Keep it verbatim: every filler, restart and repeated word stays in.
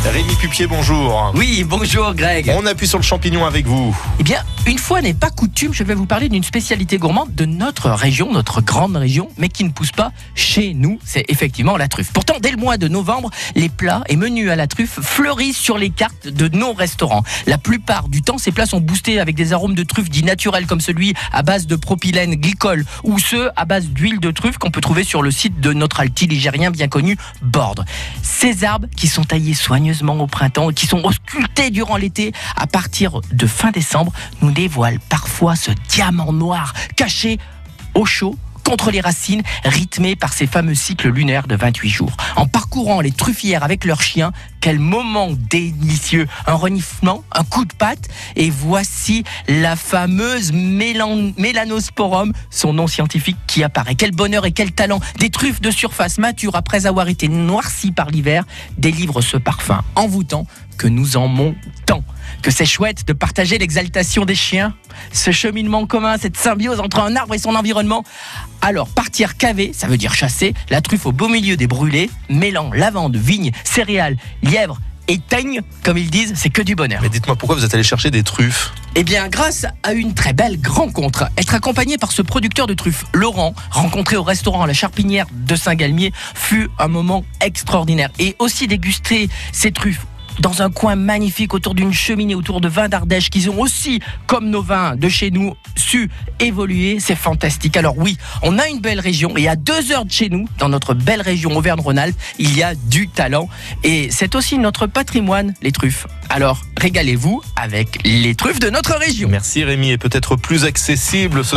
Rémi Pupier, bonjour. Oui, bonjour Greg. On appuie sur le champignon avec vous. Eh bien, une fois n'est pas coutume, je vais vous parler d'une spécialité gourmande de notre région, notre grande région, mais qui ne pousse pas chez nous, c'est effectivement la truffe. Pourtant, dès le mois de novembre, les plats et menus à la truffe fleurissent sur les cartes de nos restaurants. La plupart du temps, ces plats sont boostés avec des arômes de truffe dits naturels, comme celui à base de propylène glycol ou ceux à base d'huile de truffe qu'on peut trouver sur le site de notre alti ligérien bien connu, Bordre. Ces arbres qui sont taillés soigneusement au printemps et qui sont auscultés durant l'été, à partir de fin décembre, nous dévoilent parfois ce diamant noir caché au chaud contre les racines, rythmé par ces fameux cycles lunaires de vingt-huit jours. En parcourant les truffières avec leurs chiens, quel moment délicieux! Un reniflement, un coup de patte, et voici la fameuse mélan- Mélanosporum, son nom scientifique qui apparaît. Quel bonheur et quel talent! Des truffes de surface matures après avoir été noircies par l'hiver délivrent ce parfum envoûtant que nous aimons tant. Que c'est chouette de partager l'exaltation des chiens, ce cheminement commun, cette symbiose entre un arbre et son environnement. Alors, partir caver, ça veut dire chasser, la truffe au beau milieu des brûlés, mêlant lavande, vigne, céréales, lièvre et teigne, comme ils disent, c'est que du bonheur. Mais dites-moi, pourquoi vous êtes allé chercher des truffes? Eh bien, grâce à une très belle rencontre, être accompagné par ce producteur de truffes, Laurent, rencontré au restaurant La Charpinière de Saint-Galmier, fut un moment extraordinaire. Et aussi déguster ces truffes dans un coin magnifique autour d'une cheminée, autour de vins d'Ardèche qu'ils ont aussi, comme nos vins de chez nous, su évoluer. C'est fantastique. Alors oui, on a une belle région et à deux heures de chez nous, dans notre belle région Auvergne-Rhône-Alpes, il y a du talent et c'est aussi notre patrimoine, les truffes. Alors régalez-vous avec les truffes de notre région. Merci Rémi, et peut-être plus accessible ce